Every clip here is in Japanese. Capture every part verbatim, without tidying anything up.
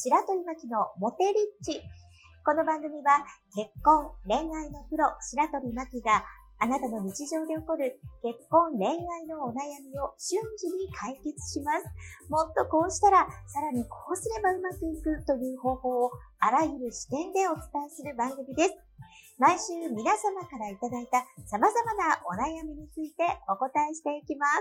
白鳥巻のモテリッチ。この番組は結婚、恋愛のプロ、白鳥巻があなたの日常で起こる結婚、恋愛のお悩みを瞬時に解決します。もっとこうしたら、さらにこうすればうまくいくという方法をあらゆる視点でお伝えする番組です。毎週皆様からいただいた様々なお悩みについてお答えしていきます。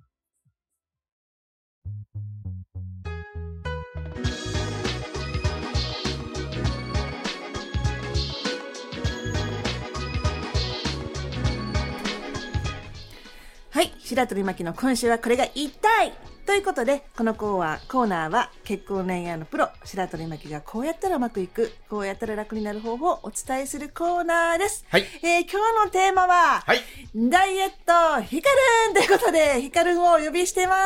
はい、白鳥巻の今週はこれが言いたいということで、このコーナー、コーナーは結婚恋愛のプロ、白鳥巻がこうやったらうまくいく、こうやったら楽になる方法をお伝えするコーナーです。 はい。 えー、今日のテーマは、はい、ダイエットヒカルンということで、ヒカルンをお呼びしてます。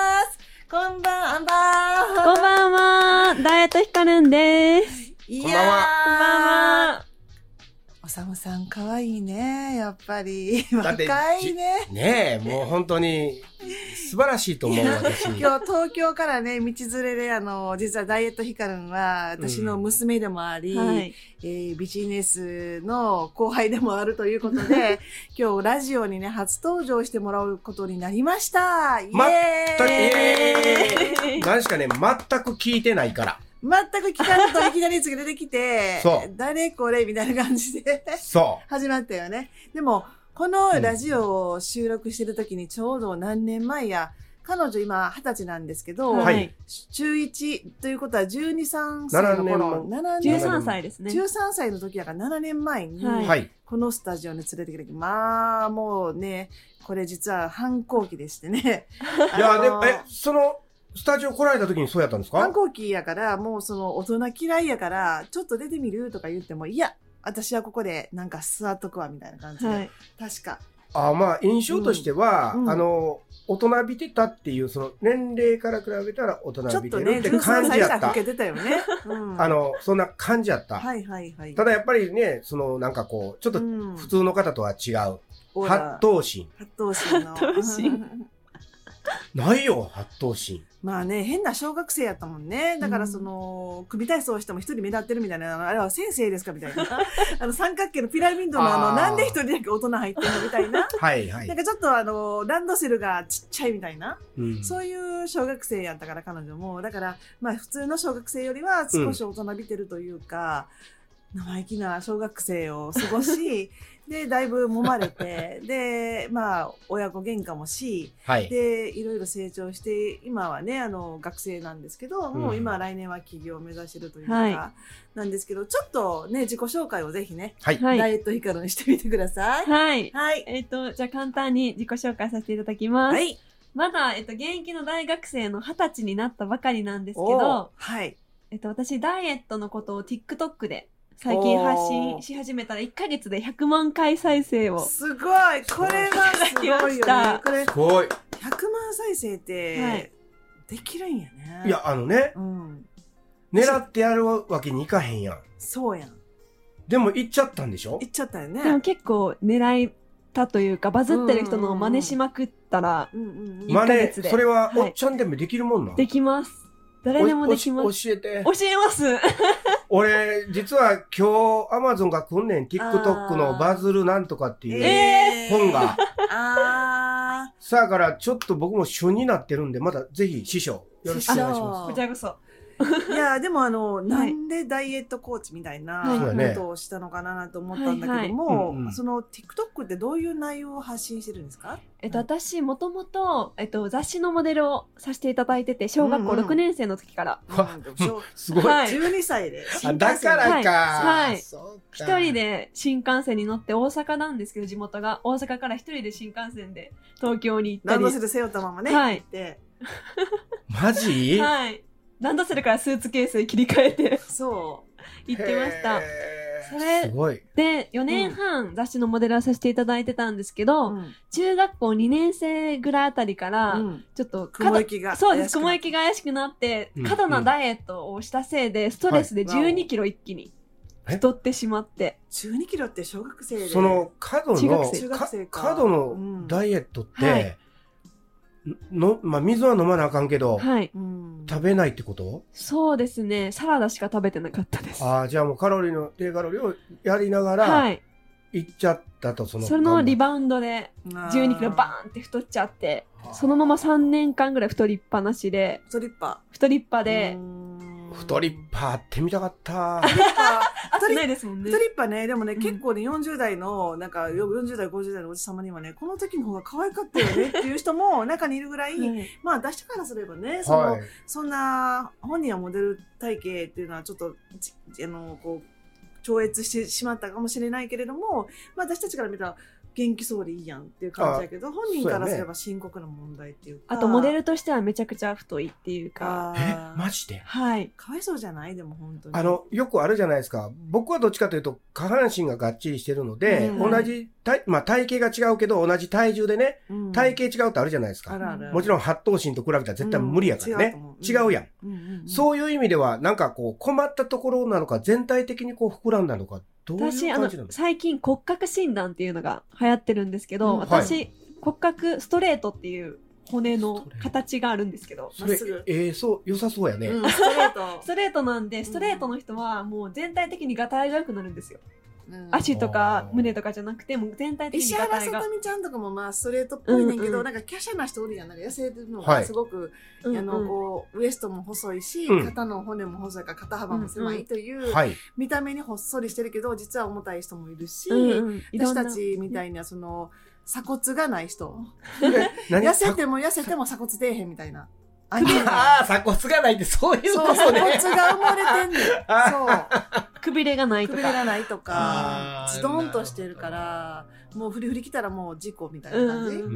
こんばんは。 こんばんは。ダイエットヒカルンです。 いやー、 こんばんは。 こんばんは。 おさむさん可愛いね、やっぱり。若いね。 ねえ、もう本当に素晴らしいと思う私。 今日東京からね、道連れで、あの、実はダイエットヒカルンは私の娘でもあり、うんはい、えー、ビジネスの後輩でもあるということで、今日ラジオにね、初登場してもらうことになりました。イエーイ、 ま、イエーイ何しかね、全く聞いてないから。 全く聞かんといきなりいつが出てきて、そう誰これみたいな感じでそう始まったよね。でも、このラジオを収録してる時にちょうど何年前や、彼女今はたちなんですけど、はい、中いちということはじゅうに、さんさいの頃、 ななねんじゅうさんさいですね。 じゅうさんさいの時だからななねんまえに、はい、このスタジオに連れてきて、まあもうね、これ実は反抗期でしてね。 いや、でも、え、その、スタジオ来られた時にそうやったんですか？ 反抗期やから、もうその大人嫌いやから、ちょっと出てみるとか言っても、いや、私はここでなんか座っとくわ、みたいな感じで。はい、確か。 あ、まあ、印象としては、うんうん、あの、大人びてたっていう、その、年齢から比べたら大人びてるって感じやった。ちょっとね、じゅうさんさいから老けてたよね。うん、あの、そんな感じやった。はいはいはい。ただやっぱりね、その、なんかこう、ちょっと普通の方とは違う。うん、八頭身。 八頭身の。 八頭身。 ないよ、八頭身。 まあね、変な小学生やったもんね。だからその、うん、組体操しても一人目立ってるみたいな、あれは先生ですかみたいな。あの、三角形のピラミッドのあの、なんで一人だけ大人入ってるのみたいな。はいはい。なんかちょっとあの、ランドセルがちっちゃいみたいな。うん、そういう小学生やったから彼女も。だから、まあ普通の小学生よりは少し大人びてるというか、うん、生意気な小学生を過ごし、で、だいぶ揉まれて、で、まあ、親子喧嘩もし、はい、で、いろいろ成長して、今はね、あの、学生なんですけど、うん、もう今、来年は起業を目指してるというか、はい、なんですけど、ちょっとね、自己紹介をぜひね、はい、ダイエットヒカルにしてみてください。 はい。はい。えっと、じゃあ簡単に自己紹介させていただきます。はい。まだ、えっと、現役の大学生の二十歳になったばかりなんですけど、はい。えっと、私、ダイエットのことを TikTok で、最近発信し始めたらいっかげつでひゃくまんかい再生を。 すごいこれはすごいよね。これ、すごい。ひゃくまん再生って、はい、できるんやね。 いや、あのね、うん、狙ってやるわけにいかへんやん。 そうやん。 でも行っちゃったんでしょ？ 行っちゃったよね。 でも結構狙ったというか、バズってる人の真似しまくったら、いっかげつで。 真似、それはおっちゃんでもできるもんなの？ できます。誰でもできます。 教えて。 教えます。 俺、実は今日、アマゾンが来んねん。TikTok のバズるなんとかっていう本が。あー。さあから、ちょっと僕も旬になってるんで、またぜひ師匠、よろしくお願いします。 こちらこそ。いや、でもあの、なんでダイエットコーチみたいなことをしたのかなと思ったんだけども、その TikTok ってどういう内容を発信してるんですか？ えっと、私、もともと、えっと、雑誌のモデルをさせていただいてて、小学校ろくねん生の時から。 すごい。 じゅうにさいで。 だからか。 はい。一人で新幹線に乗って大阪なんですけど、地元が。大阪から一人で新幹線で東京に行ったり。 ランドセル背負ったままね。はい。 マジ？ はい。ランドセルからスーツケースに切り替えて、そう、行ってました。それすごいで、よねんはん雑誌のモデルをさせていただいてたんですけど、うん、中学校にねん生ぐらいあたりから、うん、ちょっと、 雲行きが。 そうです、雲行きが怪しくなって、過度なダイエットをしたせいで、ストレスでじゅうにキロ一気に太ってしまって。 じゅうにキロって小学生で。 その、過度の、過度のダイエットって、うんはいの、まあ、水は飲まなあかんけど、はい。食べないってこと？ そうですね。サラダしか食べてなかったです。 ああ、じゃあもうカロリーの、低カロリーをやりながら、はい。いっちゃったと、その。 そのリバウンドで、じゅうにキロバーンって太っちゃって、そのままさんねんかんぐらい太りっぱなしで、 太りっぱ。 太りっぱで、 太りっぱってみたかった。 太りっぱ。太りないですもんね。 太りっぱね、でもね、うん、結構ね、よんじゅう代の、なんか、よんじゅう代、ごじゅう代のおじさまにはね、この時の方が可愛かったよねっていう人も中にいるぐらい、はい、まあ、出したからすればね、その、はい、そんな、本人はモデル体型っていうのはちょっと、あの、こう、超越してしまったかもしれないけれども、まあ、私たちから見たら、元気そうでいいやんっていう感じだけど、本人からすれば深刻な問題っていうか。 あと、モデルとしてはめちゃくちゃ太いっていうか。 え、マジで？ はい。 かわいそうじゃない？でも本当に。 あの、よくあるじゃないですか。僕はどっちかというと、下半身ががっちりしてるので、うん、同じ体、まあ体型が違うけど、同じ体重でね、うん、体型違うってあるじゃないですか。あるある。もちろん八頭身と比べたら絶対無理やからね。うん、違う、違うやん、うんうんうん。そういう意味では、なんかこう、困ったところなのか、全体的にこう膨らんだのか、どういう感じなの？ 私、あの、最近骨格診断っていうのが流行ってるんですけど、うん、私、はい、骨格ストレートっていう骨の形があるんですけど、 まっすぐ。ええー、そう、良さそうやね。 うん、ストレート。ストレートなんで、ストレートの人はもう全体的にガタイが良くなるんですよ。うん、足とか胸とかじゃなくて、もう全体的にガタイが。 石原さとみちゃんとかもまあストレートっぽいねんけど、うんうん、なんか華奢な人おるやん。なんか痩せてるのがすごく、はい、あの、こう、ウエストも細いし、うん、肩の骨も細いから肩幅も狭いという、うんうん、見た目にほっそりしてるけど、実は重たい人もいるし、うんうん、私たちみたいにはその、鎖骨がない人。痩せても痩せても鎖骨出えへんみたいな。 ああ、鎖骨がないってそういうことね。 そう、鎖骨が埋もれてんねん。そう。 くびれがないとか。 くびれがないとか、ズドンとしてるから、もうフリフリ来たらもう事故みたいな感じ。うん。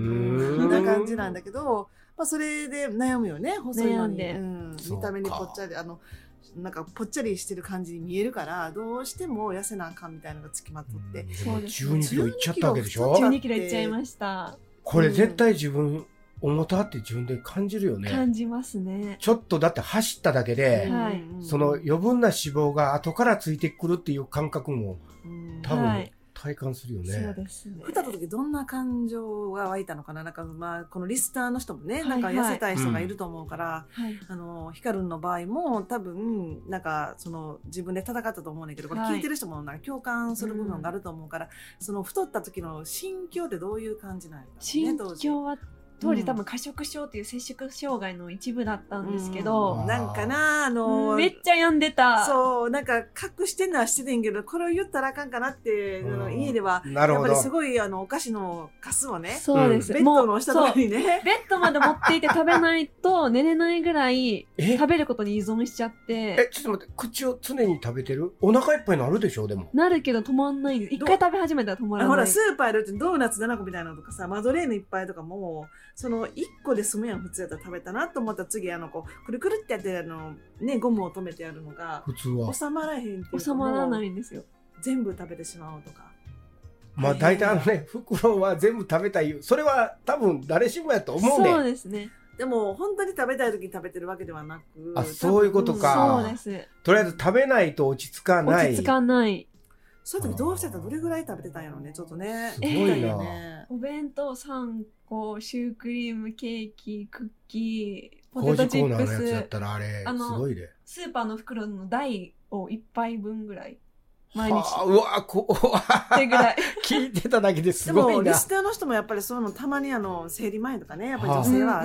そんな感じなんだけど、まあそれで悩むよね、細いのに。うん。見た目にぽっちゃり、あの、なんかぽっちゃりしてる感じに見えるから、どうしても痩せなあかんみたいなのがつきまとって。 そうです。じゅうにキロいっちゃったわけでしょ？ じゅうにキロいっちゃいました。 これ絶対自分、重たって自分で感じるよね。 感じますね。 ちょっとだって走っただけで、はい、その余分な脂肪が後からついてくるっていう感覚も多分、はい、体感するよね。 そうですね。 ふたった時どんな感情が湧いたのかな。なんかまあこのリスナーの人もね、はいはい、なんか痩せたい人がいると思うから、はい、あのヒカルンの場合も多分なんかその自分で戦ったと思うんだけど、これ聞いてる人もなんか共感する部分があると思うから、はい、その太った時の心境ってどういう感じなんだろうね。 心境は当時多分過食症っていう摂食障害の一部だったんですけど、 うん、なんかなあのー、 めっちゃ病んでた。 そうなんか隠してんのはしててんけど、これを言ったらあかんかなって、うん、家ではやっぱりすごいあのお菓子のカスをね、 そうです、 ベッドの下とかにね、 ベッドまで持っていて食べないと寝れないぐらい食べることに依存しちゃって。 えちょっと待って、口を常に食べてる？お腹いっぱいになるでしょ？でもなるけど止まんないんです。一回食べ始めたら止まらない。 ほらスーパーやるってドーナツななこみたいなのとかさ、マドレーヌいっぱいとかもそのいっこで済むやん。普通やったら食べたなと思ったら次あのこうくるくるってやってあのねゴムを止めてやるのが普通は収まらへんっていうか、 収まらないんですよ。 全部食べてしまうとか。 まあ大体あのね袋は全部食べたい、それは多分誰しもやと思うね。 そうですね。 でも本当に食べたい時に食べてるわけではなく、 あ、そういうことか。 そうです。 とりあえず食べないと落ち着かない。 落ち着かない。 そういう時どうしてた？どれぐらい食べてたんやろうね。ちょっとね。 すごいな。 ね、お弁当さんこ、シュークリーム、ケーキ、クッキー、ポテトチップス。工事コーナーのやつやったらあれ、あのすごいで。スーパーの袋の台をいっぱいぶんぐらい。毎日。 うわ、こう、 ってぐらい。 聞いてただけですごいな。 でも、リスナーの人もやっぱりそういうのたまにあの、生理前とかね、やっぱり女性はあって、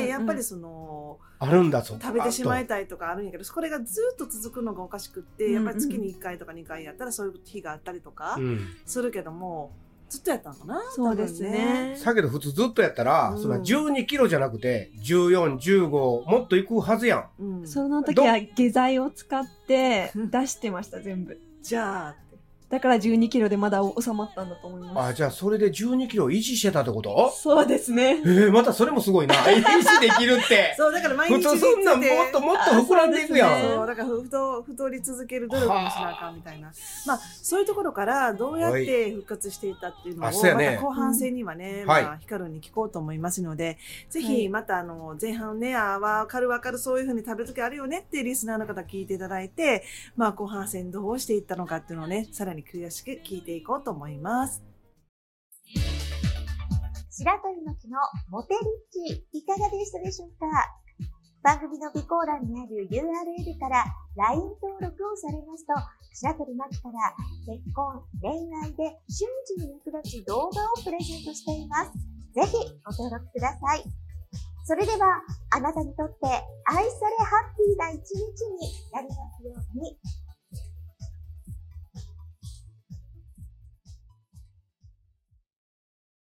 やっぱりその、 あるんだ、そ食べてしまいたいとかあるんやけど、これがずっと続くのがおかしくって、やっぱり月にいっかいとかにかいやったらそういう日があったりとかするけども、ずっとやったのかな。 そうですね。 だけど普通ずっとやったら、うん、そのじゅうにキロじゃなくてじゅうよん、じゅうごもっといくはずやん。 うん、その時は下剤を使って出してました全部。 じゃあだからじゅうにキロでまだ収まったんだと思います。 あ、じゃあそれでじゅうにキロ維持してたってこと？ そうですね。 えー、またそれもすごいな。維持できるって。 そう、だから毎日普通そんなんもっともっと膨らんでいくやん。 そう、そうだから太、太り続ける努力もしなあかんみたいな。まあ、そういうところからどうやって復活していったっていうのを、また後半戦にはね、うん、まあ、ヒカルに聞こうと思いますので、はい、ぜひまたあの、前半ね、ああ、わかるわかる、そういうふうに食べるときあるよねっていうリスナーの方聞いていただいて、まあ、後半戦どうしていったのかっていうのをね、さらに詳しく聞いていこうと思います。 白白鳥巻きのモテリッチ、いかがでしたでしょうか？番組の備考欄にある ユーアールエル から ライン 登録をされますと、白鳥巻きから結婚、恋愛で瞬時に役立つ動画をプレゼントしています。ぜひご登録ください。それでは、あなたにとって愛されハッピーな一日に